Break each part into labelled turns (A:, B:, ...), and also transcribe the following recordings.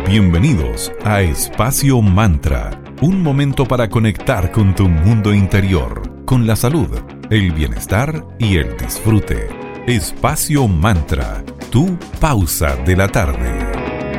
A: Bienvenidos a Espacio Mantra, un momento para conectar con tu mundo interior, con la salud, el bienestar y el disfrute. Espacio Mantra, tu pausa de la tarde.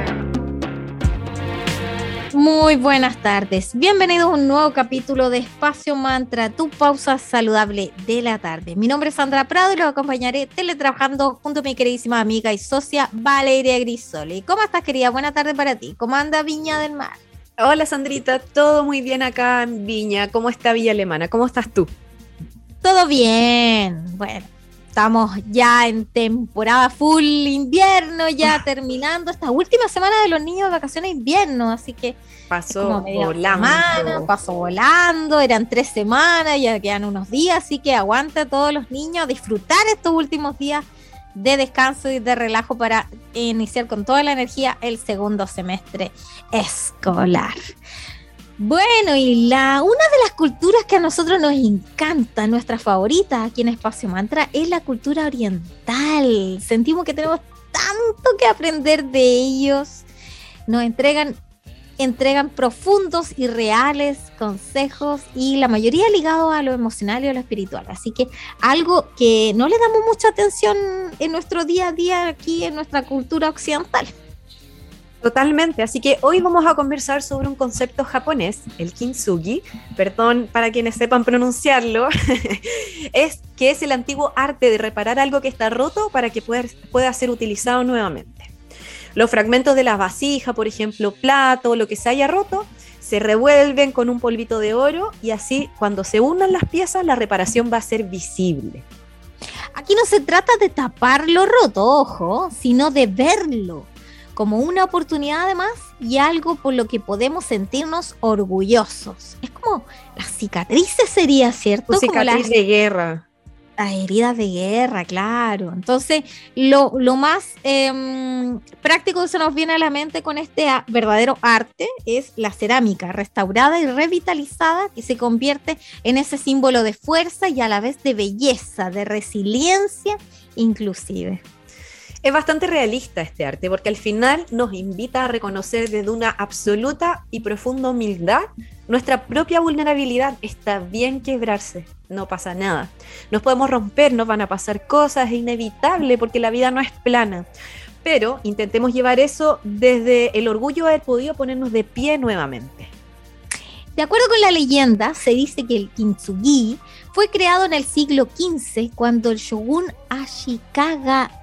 B: Muy buenas tardes, bienvenidos a un nuevo capítulo de Espacio Mantra, tu pausa saludable de la tarde. Mi nombre es Sandra Prado y los acompañaré teletrabajando junto a mi queridísima amiga y socia Valeria Grisoli. ¿Cómo estás, querida? Buena tarde para ti. ¿Cómo anda Viña del Mar?
C: Hola Sandrita, todo muy bien acá en Viña. ¿Cómo está Villa Alemana? ¿Cómo estás tú?
B: Todo bien, bueno. Estamos ya en temporada full invierno, ya terminando esta última semana de los niños de vacaciones de invierno, así que
C: pasó volando.
B: Pasó volando, eran 3 semanas, ya quedan unos días, así que aguanta a todos los niños a disfrutar estos últimos días de descanso y de relajo para iniciar con toda la energía el segundo semestre escolar. Bueno, y una de las culturas que a nosotros nos encanta, nuestra favorita aquí en Espacio Mantra, es la cultura oriental. Sentimos que tenemos tanto que aprender de ellos. Nos entregan profundos y reales consejos y la mayoría ligados a lo emocional y a lo espiritual. Así que algo que no le damos mucha atención en nuestro día a día aquí en nuestra cultura occidental.
C: Totalmente, así que hoy vamos a conversar sobre un concepto japonés, el kintsugi, perdón para quienes sepan pronunciarlo, que es el antiguo arte de reparar algo que está roto para que pueda ser utilizado nuevamente. Los fragmentos de la vasija, por ejemplo, plato, lo que se haya roto, se revuelven con un polvito de oro y así cuando se unan las piezas la reparación va a ser visible.
B: Aquí no se trata de tapar lo roto, ojo, sino de verlo como una oportunidad además y algo por lo que podemos sentirnos orgullosos. Es como las cicatrices sería, ¿cierto?
C: Cicatriz de guerra.
B: Las heridas de guerra, claro. Entonces, lo más práctico que se nos viene a la mente con este verdadero arte es la cerámica restaurada y revitalizada que se convierte en ese símbolo de fuerza y a la vez de belleza, de resiliencia inclusive.
C: Es bastante realista este arte porque al final nos invita a reconocer desde una absoluta y profunda humildad nuestra propia vulnerabilidad. Está bien quebrarse, no pasa nada. Nos podemos romper, nos van a pasar cosas, es inevitable porque la vida no es plana. Pero intentemos llevar eso desde el orgullo de haber podido ponernos de pie nuevamente.
B: De acuerdo con la leyenda, se dice que el kintsugi fue creado en el siglo XV cuando el shogun Ashikaga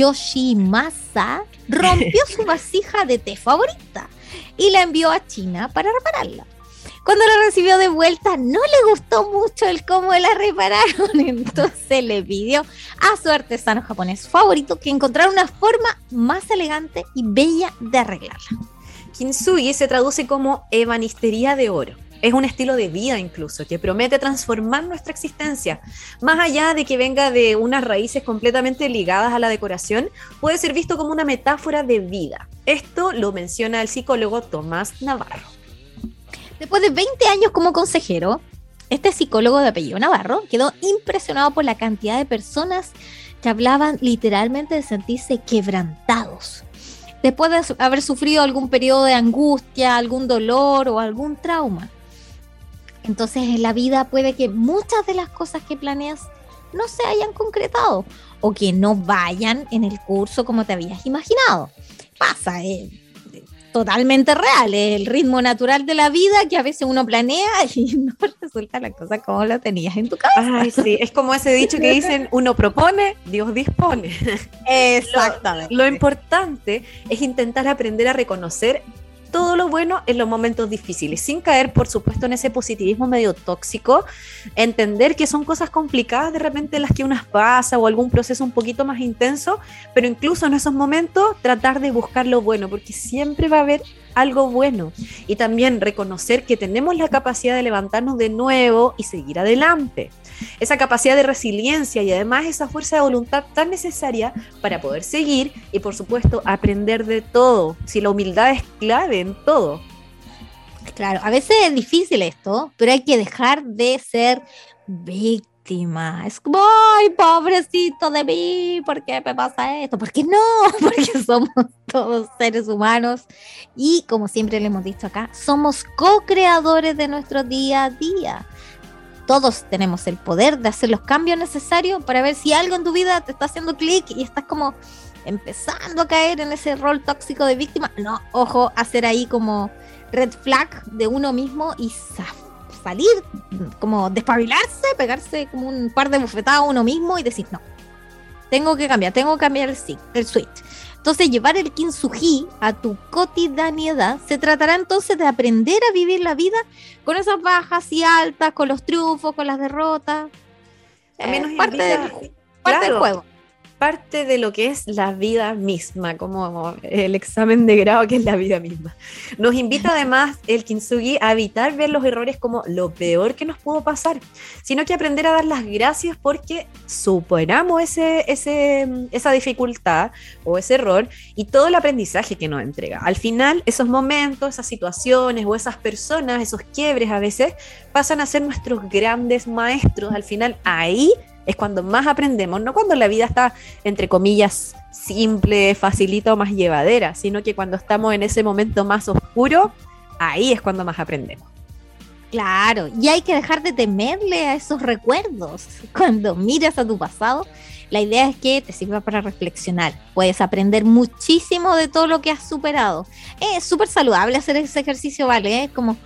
B: Yoshimasa rompió su vasija de té favorita y la envió a China para repararla. Cuando la recibió de vuelta no le gustó mucho el cómo la repararon, entonces le pidió a su artesano japonés favorito que encontrara una forma más elegante y bella de arreglarla.
C: Kintsugi se traduce como ebanistería de oro. Es un estilo de vida incluso que promete transformar nuestra existencia. Más allá de que venga de unas raíces completamente ligadas a la decoración, puede ser visto como una metáfora de vida. Esto lo menciona el psicólogo Tomás Navarro.
B: Después de 20 años como consejero, este psicólogo de apellido Navarro quedó impresionado por la cantidad de personas que hablaban literalmente de sentirse quebrantados después de haber sufrido algún periodo de angustia, algún dolor o algún trauma. Entonces en la vida puede que muchas de las cosas que planeas no se hayan concretado o que no vayan en el curso como te habías imaginado. Pasa, totalmente real, es el ritmo natural de la vida que a veces uno planea y no resulta la cosa como la tenías en tu cabeza.
C: Ay, sí, es como ese dicho que dicen, uno propone, Dios dispone.
B: Exactamente.
C: Lo importante es intentar aprender a reconocer todo lo bueno en los momentos difíciles, sin caer, por supuesto, en ese positivismo medio tóxico, entender que son cosas complicadas de repente las que unas pasa o algún proceso un poquito más intenso, pero incluso en esos momentos tratar de buscar lo bueno, porque siempre va a haber algo bueno, y también reconocer que tenemos la capacidad de levantarnos de nuevo y seguir adelante. Esa capacidad de resiliencia y además esa fuerza de voluntad tan necesaria para poder seguir y por supuesto aprender de todo. Si la humildad es clave en todo.
B: Claro, a veces es difícil esto, pero hay que dejar de ser víctima. Es como, ay, pobrecito de mí, ¿por qué me pasa esto? ¿Por qué no? Porque somos todos seres humanos y, como siempre le hemos dicho acá, somos co-creadores de nuestro día a día. Todos tenemos el poder de hacer los cambios necesarios para ver si algo en tu vida te está haciendo clic y estás como empezando a caer en ese rol tóxico de víctima. No, ojo, hacer ahí como red flag de uno mismo y salir, como despabilarse, pegarse como un par de bofetadas a uno mismo y decir, no, tengo que cambiar el switch. Entonces, llevar el Kintsugi a tu cotidianidad se tratará entonces de aprender a vivir la vida con esas bajas y altas, con los triunfos, con las derrotas.
C: También nos
B: parte del juego.
C: Parte de lo que es la vida misma, como el examen de grado que es la vida misma. Nos invita además el Kintsugi a evitar ver los errores como lo peor que nos pudo pasar, sino que aprender a dar las gracias porque superamos esa dificultad o ese error y todo el aprendizaje que nos entrega. Al final, esos momentos, esas situaciones o esas personas, esos quiebres a veces, pasan a ser nuestros grandes maestros. Al final, ahí es cuando más aprendemos, no cuando la vida está, entre comillas, simple, facilita o más llevadera, sino que cuando estamos en ese momento más oscuro, ahí es cuando más aprendemos.
B: Claro, y hay que dejar de temerle a esos recuerdos. Cuando miras a tu pasado, la idea es que te sirva para reflexionar. Puedes aprender muchísimo de todo lo que has superado. Es súper saludable hacer ese ejercicio, ¿vale? Como,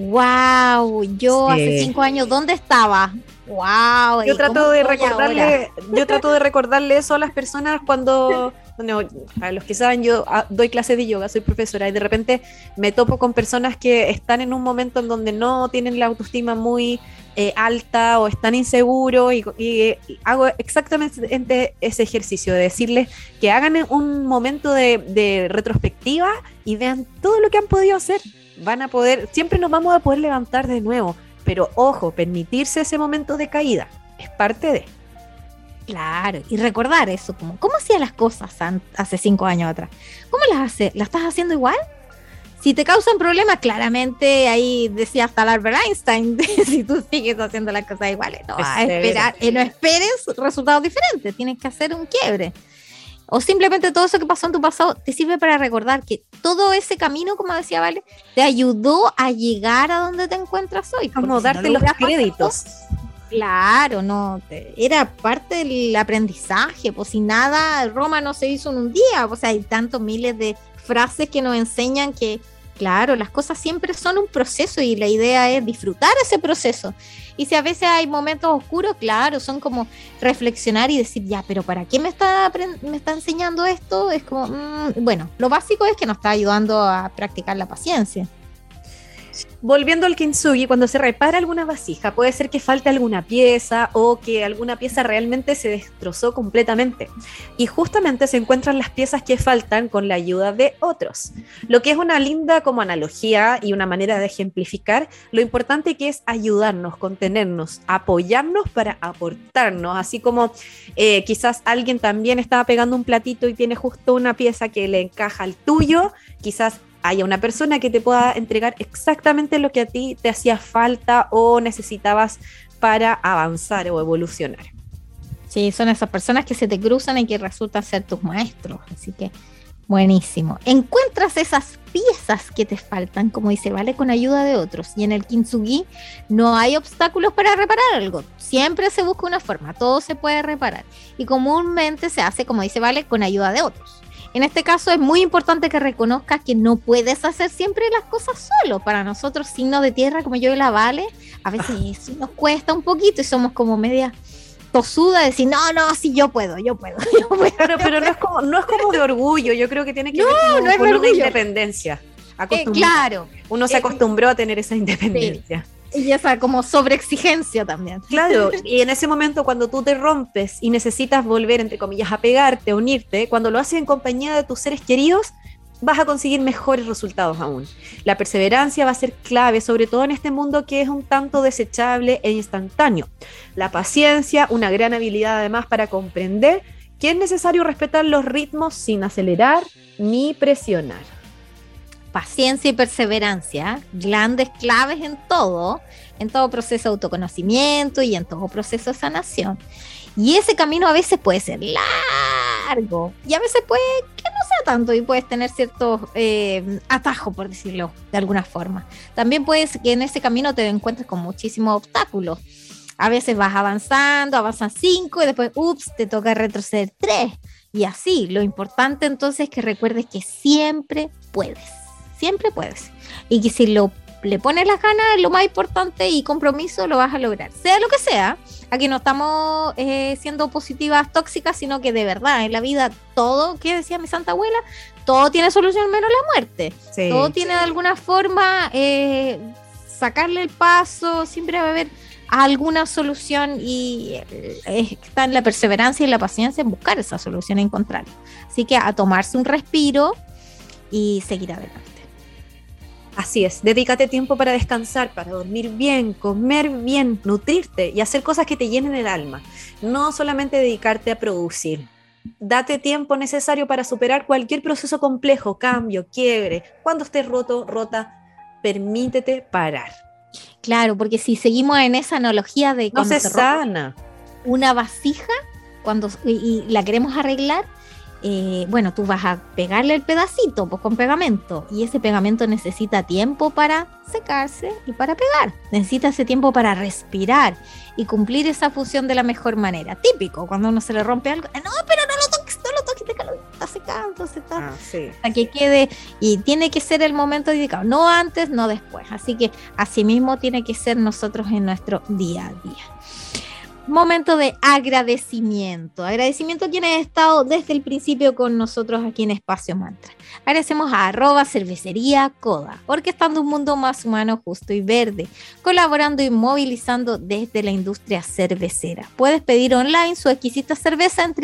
B: wow, yo hace 5 años, ¿dónde estaba? Wow,
C: yo trato de recordarle eso a las personas cuando, bueno, a los que saben, yo doy clases de yoga, soy profesora y de repente me topo con personas que están en un momento en donde no tienen la autoestima muy alta o están inseguros y hago exactamente ese ejercicio de decirles que hagan un momento de retrospectiva y vean todo lo que han podido hacer. Van a poder, siempre nos vamos a poder levantar de nuevo. Pero ojo, permitirse ese momento de caída es parte de.
B: Claro, y recordar eso, como ¿cómo hacía las cosas hace 5 años atrás? ¿Cómo las hace? ¿Las estás haciendo igual? Si te causan problemas, claramente ahí decía hasta Albert Einstein, si tú sigues haciendo las cosas iguales, no vas a esperar, no esperes resultados diferentes, tienes que hacer un quiebre. O simplemente todo eso que pasó en tu pasado te sirve para recordar que todo ese camino, como decía Vale, te ayudó a llegar a donde te encuentras hoy.
C: Como darte los créditos.
B: Claro, no, era parte del aprendizaje, pues si nada, Roma no se hizo en un día, o sea, hay tantos miles de frases que nos enseñan que, claro, las cosas siempre son un proceso y la idea es disfrutar ese proceso. Y si a veces hay momentos oscuros, claro, son como reflexionar y decir, ya, pero ¿para qué me está enseñando esto? Es como, bueno, lo básico es que nos está ayudando a practicar la paciencia.
C: Volviendo al Kintsugi, cuando se repara alguna vasija, puede ser que falte alguna pieza o que alguna pieza realmente se destrozó completamente. Y justamente se encuentran las piezas que faltan con la ayuda de otros. Lo que es una linda como analogía y una manera de ejemplificar lo importante que es ayudarnos, contenernos, apoyarnos para aportarnos. Así como quizás alguien también estaba pegando un platito y tiene justo una pieza que le encaja al tuyo, quizás haya una persona que te pueda entregar exactamente lo que a ti te hacía falta o necesitabas para avanzar o evolucionar.
B: Sí, son esas personas que se te cruzan y que resultan ser tus maestros, así que buenísimo. Encuentras esas piezas que te faltan, como dice Vale, con ayuda de otros, y en el Kintsugi no hay obstáculos para reparar algo, siempre se busca una forma, todo se puede reparar, y comúnmente se hace, como dice Vale, con ayuda de otros. En este caso es muy importante que reconozcas que no puedes hacer siempre las cosas solo. Para nosotros, signos de tierra, como yo y la Vale, a veces eso nos cuesta un poquito y somos como media tosuda de decir, no, sí, yo puedo.
C: Claro, pero no es como de orgullo, yo creo que tiene que ver con una independencia.
B: Claro.
C: Uno se acostumbró a tener esa independencia.
B: Sí. Y esa como sobreexigencia también.
C: Claro, y en ese momento cuando tú te rompes y necesitas volver, entre comillas, a pegarte, a unirte, cuando lo haces en compañía de tus seres queridos, vas a conseguir mejores resultados aún. La perseverancia va a ser clave, sobre todo en este mundo que es un tanto desechable e instantáneo. La paciencia, una gran habilidad además para comprender que es necesario respetar los ritmos sin acelerar ni presionar.
B: paciencia y perseverancia, grandes claves en todo proceso de autoconocimiento y en todo proceso de sanación. Y ese camino a veces puede ser largo y a veces puede que no sea tanto y puedes tener ciertos atajos, por decirlo de alguna forma. También puede ser que en ese camino te encuentres con muchísimos obstáculos. A veces vas avanzando, avanzas 5 y después, te toca retroceder 3. Y así, lo importante entonces es que recuerdes que siempre puedes. Y que si le pones las ganas, lo más importante, y compromiso, lo vas a lograr. Sea lo que sea, aquí no estamos siendo positivas tóxicas, sino que de verdad, en la vida, todo, ¿qué decía mi santa abuela? Todo tiene solución menos la muerte. Sí. Todo tiene de alguna forma sacarle el paso, siempre va a haber alguna solución, y está en la perseverancia y la paciencia en buscar esa solución y encontrarla. Así que a tomarse un respiro y seguir adelante.
C: Así es, dedícate tiempo para descansar, para dormir bien, comer bien, nutrirte y hacer cosas que te llenen el alma. No solamente dedicarte a producir. Date tiempo necesario para superar cualquier proceso complejo, cambio, quiebre. Cuando estés rota, permítete parar.
B: Claro, porque si seguimos en esa analogía de
C: no se sana
B: una vasija y la queremos arreglar, tú vas a pegarle el pedacito con pegamento, y ese pegamento necesita tiempo para secarse y para pegar. Necesita ese tiempo para respirar y cumplir esa función de la mejor manera. Típico, cuando uno se le rompe algo, no, pero no lo toques, déjalo, está secando, hasta que quede, y tiene que ser el momento indicado, no antes, no después. Así que así mismo tiene que ser nosotros en nuestro día a día. Momento de agradecimiento. Agradecimiento a quienes han estado desde el principio con nosotros aquí en Espacio Mantra. Agradecemos a @cervecería Coda, orquestando un mundo más humano, justo y verde, colaborando y movilizando desde la industria cervecera. Puedes pedir online su exquisita cerveza en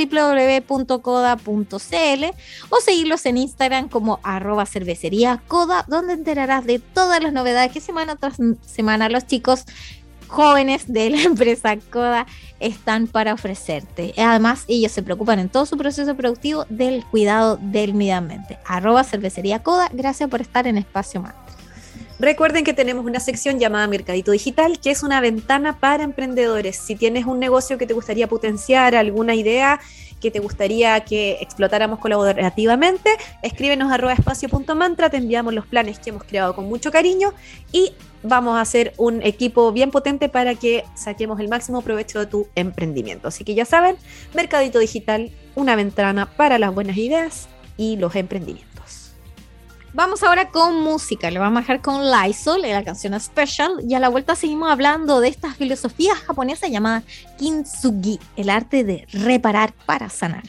B: www.coda.cl o seguirlos en Instagram como @cervecería Coda, donde enterarás de todas las novedades que semana tras semana los chicos jóvenes de la empresa Coda están para ofrecerte. Además, ellos se preocupan en todo su proceso productivo del cuidado del medio ambiente. @cervecería Coda. Gracias por estar en Espacio Mantra.
C: Recuerden que tenemos una sección llamada Mercadito Digital, que es una ventana para emprendedores. Si tienes un negocio que te gustaría potenciar, alguna idea que te gustaría que explotáramos colaborativamente, escríbenos @espacio.mantra, te enviamos los planes que hemos creado con mucho cariño y vamos a hacer un equipo bien potente para que saquemos el máximo provecho de tu emprendimiento. Así que ya saben, Mercadito Digital, una ventana para las buenas ideas y los emprendimientos.
B: Vamos ahora con música, le vamos a dejar con Lysol, la canción Special, y a la vuelta seguimos hablando de esta filosofía japonesa llamada Kintsugi, el arte de reparar para sanar.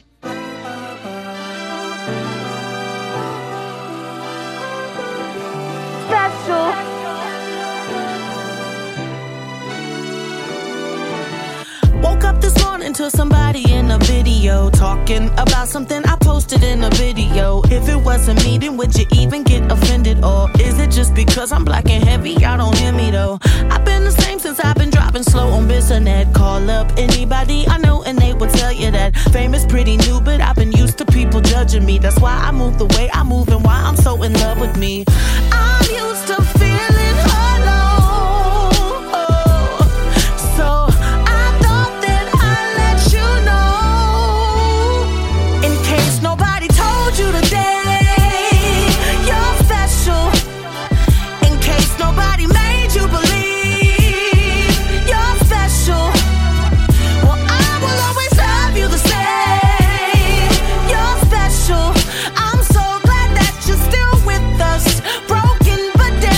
D: Special. Woke up this morning to somebody in a video talking about something I posted in a video. If it wasn't me, then would you even get offended? Or is it just because I'm black and heavy? Y'all don't hear me though. I've been the same since I've been driving slow on Bissonnet. Call up anybody I know and they will tell you that fame is pretty new, but I've been used to people judging me. That's why I move the way I move and why I'm so in love with me. I'm used to feeling alone.
E: Broken but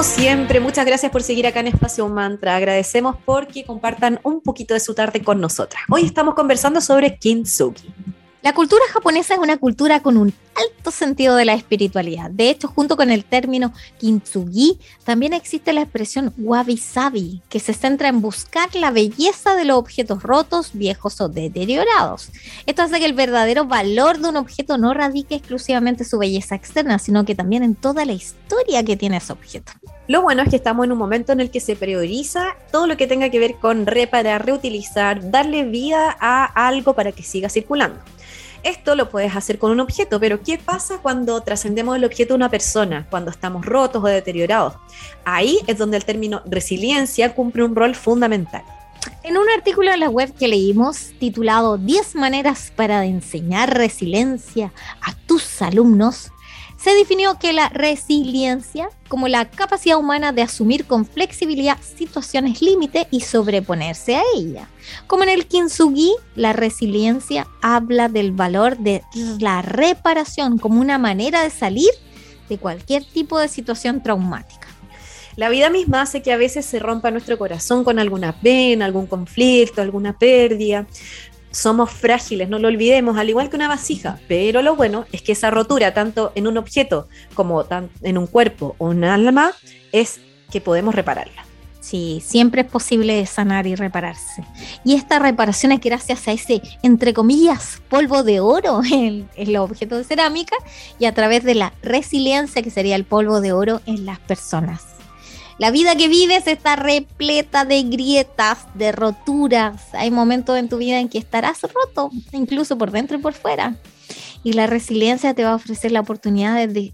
C: siempre, muchas gracias por seguir acá en Espacio Mantra. Agradecemos porque compartan un poquito de su tarde con nosotras. Hoy estamos conversando sobre Kintsugi.
B: La cultura japonesa es una cultura con un alto sentido de la espiritualidad. De hecho, junto con el término kintsugi, también existe la expresión wabi-sabi, que se centra en buscar la belleza de los objetos rotos, viejos o deteriorados. Esto hace que el verdadero valor de un objeto no radique exclusivamente en su belleza externa, sino que también en toda la historia que tiene ese objeto.
C: Lo bueno es que estamos en un momento en el que se prioriza todo lo que tenga que ver con reparar, reutilizar, darle vida a algo para que siga circulando. Esto lo puedes hacer con un objeto, pero ¿qué pasa cuando trascendemos el objeto de una persona? Cuando estamos rotos o deteriorados. Ahí es donde el término resiliencia cumple un rol fundamental.
B: En un artículo en la web que leímos titulado 10 maneras para enseñar resiliencia a tus alumnos, se definió que la resiliencia como la capacidad humana de asumir con flexibilidad situaciones límite y sobreponerse a ellas. Como en el Kintsugi, la resiliencia habla del valor de la reparación como una manera de salir de cualquier tipo de situación traumática.
C: La vida misma hace que a veces se rompa nuestro corazón con alguna pena, algún conflicto, alguna pérdida. Somos frágiles, no lo olvidemos, al igual que una vasija, pero lo bueno es que esa rotura, tanto en un objeto como en un cuerpo o un alma, es que podemos repararla.
B: Sí, siempre es posible sanar y repararse. Y esta reparación es gracias a ese, entre comillas, polvo de oro en los objetos de cerámica y a través de la resiliencia, que sería el polvo de oro en las personas. La vida que vives está repleta de grietas, de roturas. Hay momentos en tu vida en que estarás roto, incluso por dentro y por fuera. Y la resiliencia te va a ofrecer la oportunidad de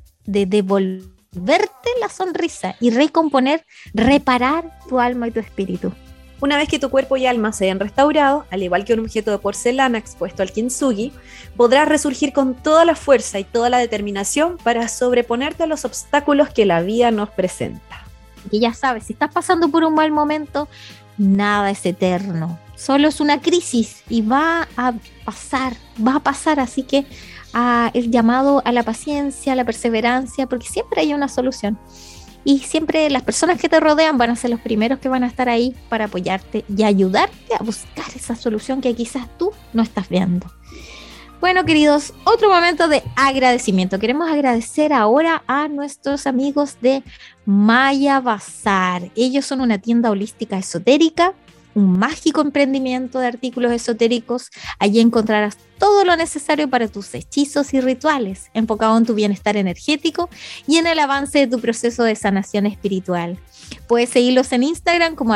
B: devolverte la sonrisa y recomponer, reparar tu alma y tu espíritu.
C: Una vez que tu cuerpo y alma se hayan restaurado, al igual que un objeto de porcelana expuesto al kintsugi, podrás resurgir con toda la fuerza y toda la determinación para sobreponerte a los obstáculos que la vida nos presenta.
B: Y ya sabes, si estás pasando por un mal momento, nada es eterno. Solo es una crisis y va a pasar. Así que el llamado a la paciencia, a la perseverancia, porque siempre hay una solución. Y siempre las personas que te rodean van a ser los primeros que van a estar ahí para apoyarte y ayudarte a buscar esa solución que quizás tú no estás viendo. Bueno, queridos, otro momento de agradecimiento. Queremos agradecer ahora a nuestros amigos de Maya Bazar. Ellos son una tienda holística esotérica, un mágico emprendimiento de artículos esotéricos. Allí encontrarás todo lo necesario para tus hechizos y rituales, enfocado en tu bienestar energético y en el avance de tu proceso de sanación espiritual. Puedes seguirlos en Instagram como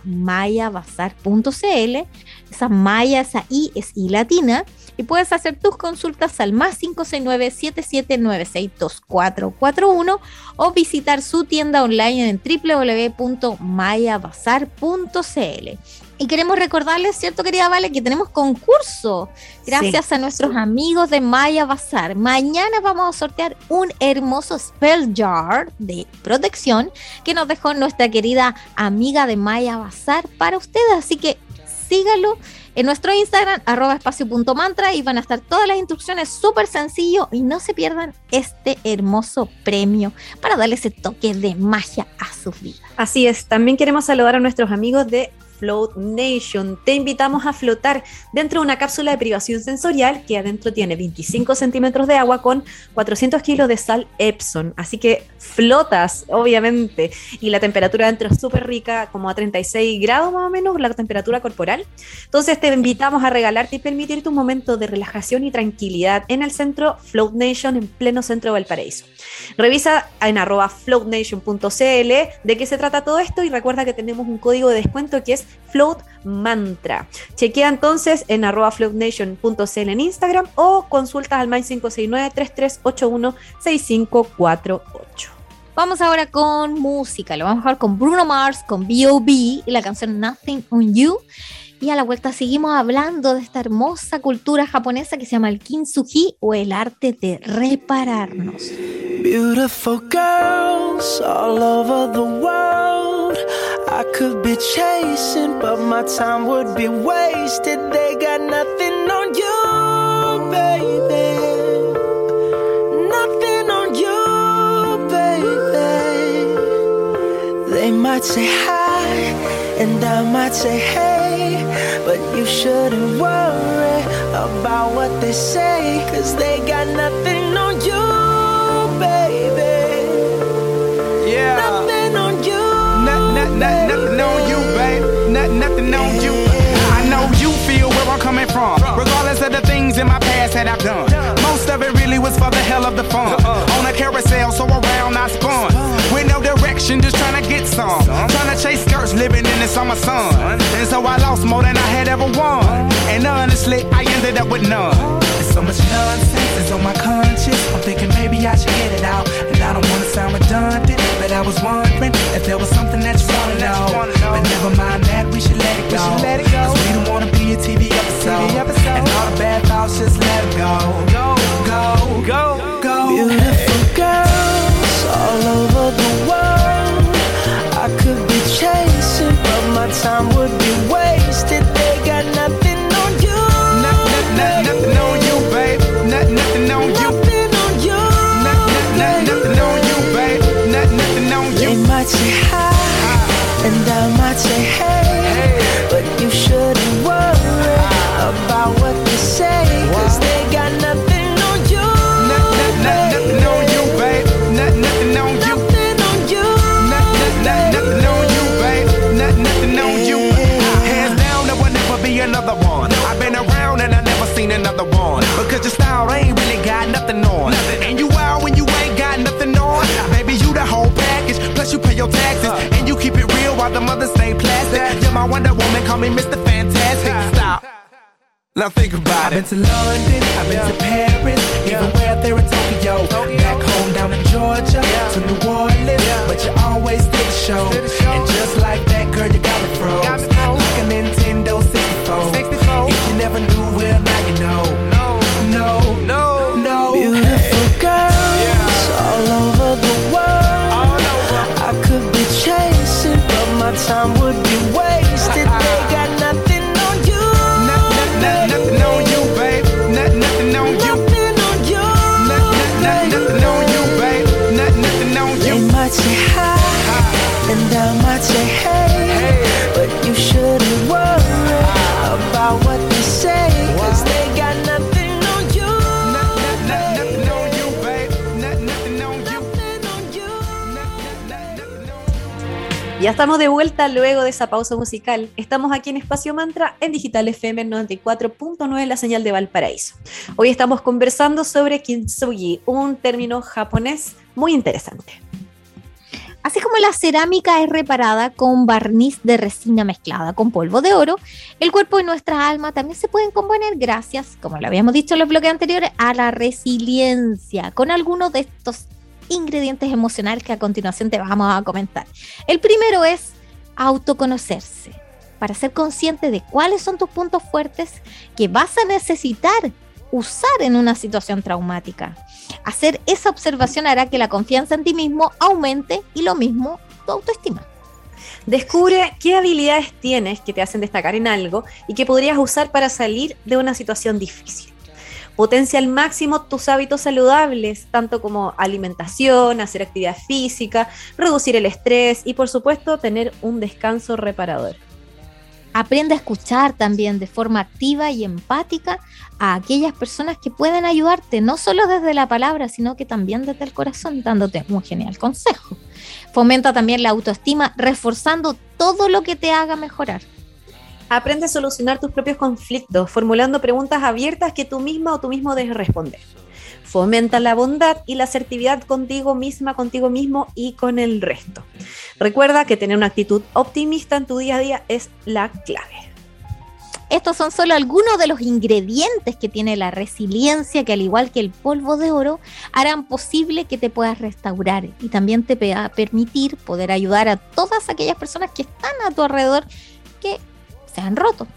B: @mayabazar.cl. Esa Maya, esa I es I latina. Y puedes hacer tus consultas al más 569-7796-2441 o visitar su tienda online en www.mayabazar.cl. Y queremos recordarles, ¿cierto, querida Vale, que tenemos concurso? Gracias a nuestros amigos de Maya Bazar. Mañana vamos a sortear un hermoso spell jar de protección que nos dejó nuestra querida amiga de Maya Bazar para ustedes. Así que síganlo en nuestro Instagram, @espacio.mantra, y van a estar todas las instrucciones, súper sencillo, y no se pierdan este hermoso premio para darle ese toque de magia a sus vidas.
C: Así es, también queremos saludar a nuestros amigos de Float Nation. Te invitamos a flotar dentro de una cápsula de privación sensorial que adentro tiene 25 centímetros de agua con 400 kilos de sal Epsom. Así que flotas, obviamente, y la temperatura adentro es súper rica, como a 36 grados más o menos, la temperatura corporal. Entonces te invitamos a regalarte y permitirte un momento de relajación y tranquilidad en el centro Float Nation, en pleno centro de Valparaíso. Revisa en @floatnation.cl de qué se trata todo esto y recuerda que tenemos un código de descuento que es Float Mantra. Chequea entonces en @floatnation.cl en Instagram o consultas al más 569-3381-6548.
B: Vamos ahora con música. Lo vamos a jugar con Bruno Mars, con B.O.B. y la canción Nothing on You. Y a la vuelta seguimos hablando de esta hermosa cultura japonesa que se llama el Kintsugi, o el arte de repararnos.
E: Beautiful girls all over the world. I could be chasing, but my time would be wasted. They got nothing on you, baby. Nothing on you, baby. say hi, and I might say hey, but you shouldn't worry about what they say, 'cause they got nothing on you, baby.
F: Yeah.
E: Nothing on you.
F: Nothing on you, babe. Nothing on you. I know you feel where I'm coming from, regardless of the things in my past that I've done. Most of it really was for the hell of the fun. On a carousel, so around I spun. With no direction, just trying to get some. Trying to chase skirts, living in the summer sun. And so I lost more than I had ever won. And honestly, I ended up with none. There's so much nonsense is on my conscience. I'm thinking maybe I should get it out. And I don't want to sound redundant, but I was wondering if there was something that you want to know. But never mind that, we should let it go. 'Cause we don't want to be a TV episode. And all the bad thoughts, just let it go. Go.
E: Beautiful girls all over the world. I could be chasing, but my time would be wasted. They got nothing on you.
F: Nothing on you, babe. Nothing on you.
E: Nothing on you.
F: Nothing on you, babe. Nothing on you.
E: They might say hi, and I might say hey, but you shouldn't worry about what they say, 'cause they got nothing on you.
F: Nothing on you, babe. Nothing on you.
E: Nothing on you.
F: Nothing on you, babe. Nothing on you. Hands down, there will never be another one. I've been around and I never seen another one. Because your style ain't really got nothing on. And you out when you ain't got nothing on. Baby, you the whole package. Plus you pay your taxes. And you keep it real while the mothers stay plastic. You're my Wonder Woman, call me Mr. Fantastic. Stop. Now think about it. I've been to London, I've been to Paris, even way out there in Tokyo. Back home down in Georgia, to New Orleans, but you always did the show. And just like that, girl, you got me froze. Like a Nintendo 64. If you never knew, well, now you know. No.
E: Beautiful girls all over the world. I could be chasing, but my time would be wasted. They got nothing on you.
F: Nothing on you, babe. Nothing on you.
E: Nothing on you.
F: Nothing on you, babe. Nothing on you.
E: They might say hi, and I might say hey, but you shouldn't worry about what they say, 'cause they got nothing on you.
F: Nothing on you, babe. Nothing on you.
C: Ya estamos de vuelta luego de esa pausa musical. Estamos aquí en Espacio Mantra en Digital FM 94.9, la señal de Valparaíso. Hoy estamos conversando sobre kintsugi, un término japonés muy interesante.
B: Así como la cerámica es reparada con barniz de resina mezclada con polvo de oro, el cuerpo y nuestra alma también se pueden componer gracias, como lo habíamos dicho en los bloques anteriores, a la resiliencia, con algunos de estos ingredientes emocionales que a continuación te vamos a comentar. El primero es autoconocerse, para ser consciente de cuáles son tus puntos fuertes que vas a necesitar usar en una situación traumática. Hacer esa observación hará que la confianza en ti mismo aumente y lo mismo tu autoestima.
C: Descubre qué habilidades tienes que te hacen destacar en algo y que podrías usar para salir de una situación difícil. Potencia al máximo tus hábitos saludables, tanto como alimentación, hacer actividad física, reducir el estrés y, por supuesto, tener un descanso reparador.
B: Aprende a escuchar también de forma activa y empática a aquellas personas que pueden ayudarte, no solo desde la palabra, sino que también desde el corazón, dándote un genial consejo. Fomenta también la autoestima, reforzando todo lo que te haga mejorar.
C: Aprende a solucionar tus propios conflictos, formulando preguntas abiertas que tú misma o tú mismo debes responder. Fomenta la bondad y la asertividad contigo misma, contigo mismo y con el resto. Recuerda que tener una actitud optimista en tu día a día es la clave.
B: Estos son solo algunos de los ingredientes que tiene la resiliencia, que al igual que el polvo de oro, harán posible que te puedas restaurar y también te va a permitir poder ayudar a todas aquellas personas que están a tu alrededor que se han roto.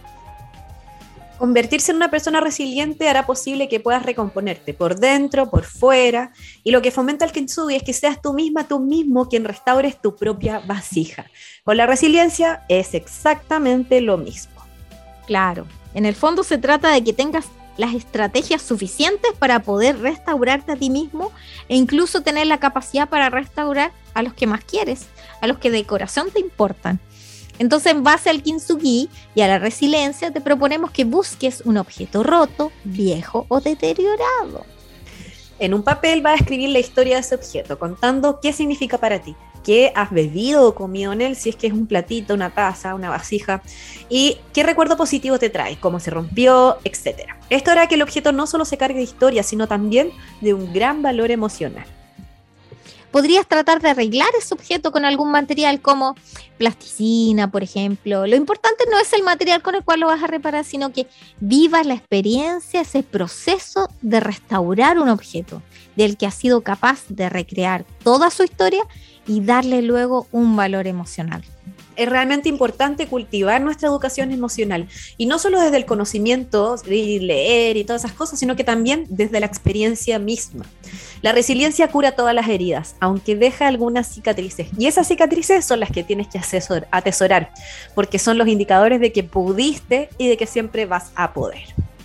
C: Convertirse en una persona resiliente hará posible que puedas recomponerte por dentro, por fuera, y lo que fomenta el kintsugi es que seas tú misma, tú mismo quien restaures tu propia vasija. Con la resiliencia es exactamente lo mismo.
B: Claro, en el fondo se trata de que tengas las estrategias suficientes para poder restaurarte a ti mismo e incluso tener la capacidad para restaurar a los que más quieres, a los que de corazón te importan. Entonces, en base al Kintsugi y a la resiliencia, te proponemos que busques un objeto roto, viejo o deteriorado.
C: En un papel vas a escribir la historia de ese objeto, contando qué significa para ti, qué has bebido o comido en él, si es que es un platito, una taza, una vasija, y qué recuerdo positivo te trae, cómo se rompió, etc. Esto hará que el objeto no solo se cargue de historia, sino también de un gran valor emocional.
B: Podrías tratar de arreglar ese objeto con algún material como plasticina, por ejemplo. Lo importante no es el material con el cual lo vas a reparar, sino que vivas la experiencia, ese proceso de restaurar un objeto del que has sido capaz de recrear toda su historia y darle luego un valor emocional.
C: Es realmente importante cultivar nuestra educación emocional, y no solo desde el conocimiento de leer y todas esas cosas, sino que también desde la experiencia misma. La resiliencia cura todas las heridas, aunque deja algunas cicatrices, y esas cicatrices son las que tienes que atesorar, porque son los indicadores de que pudiste y de que siempre vas a poder.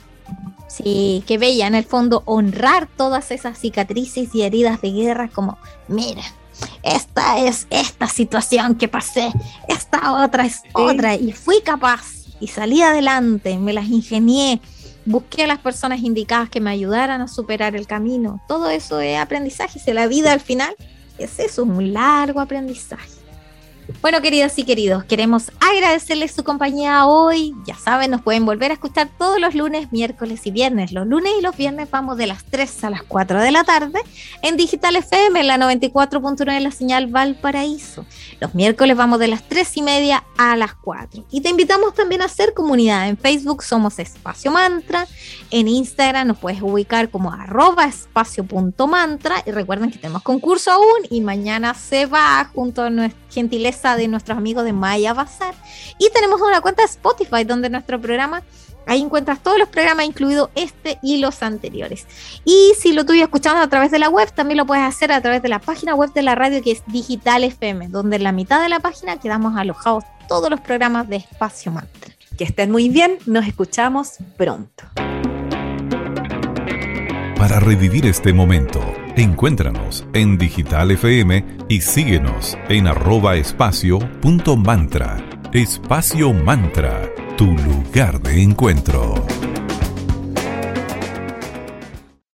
B: Sí, qué bella, en el fondo, honrar todas esas cicatrices y heridas de guerra como, mira, esta es esta situación que pasé, esta otra es otra, y fui capaz, y salí adelante, me las ingenié, busqué a las personas indicadas que me ayudaran a superar el camino. Todo eso es aprendizaje, si la vida al final es eso, un largo aprendizaje. Bueno, queridas y queridos, queremos agradecerles su compañía hoy. Ya saben, nos pueden volver a escuchar todos los lunes, miércoles y viernes. Los lunes y los viernes vamos de las 3 a las 4 de la tarde en Digital FM, en la 94.9 la señal Valparaíso. Los miércoles vamos de las 3:30 a las 4. Y te invitamos también a hacer comunidad. En Facebook somos Espacio Mantra. En Instagram nos puedes ubicar como @espacio.mantra. Y recuerden que tenemos concurso aún y mañana se va junto a nuestra gentileza de nuestros amigos de Maya Bazar, y tenemos una cuenta de Spotify donde nuestro programa, ahí encuentras todos los programas, incluido este y los anteriores. Y si lo estuve escuchando a través de la web, también lo puedes hacer a través de la página web de la radio, que es Digital FM, donde en la mitad de la página quedamos alojados todos los programas de Espacio Mantra.
C: Que estén muy bien, nos escuchamos pronto.
A: Para revivir este momento, encuéntranos en Digital FM y síguenos en @espacio.mantra. Espacio Mantra, tu lugar de encuentro.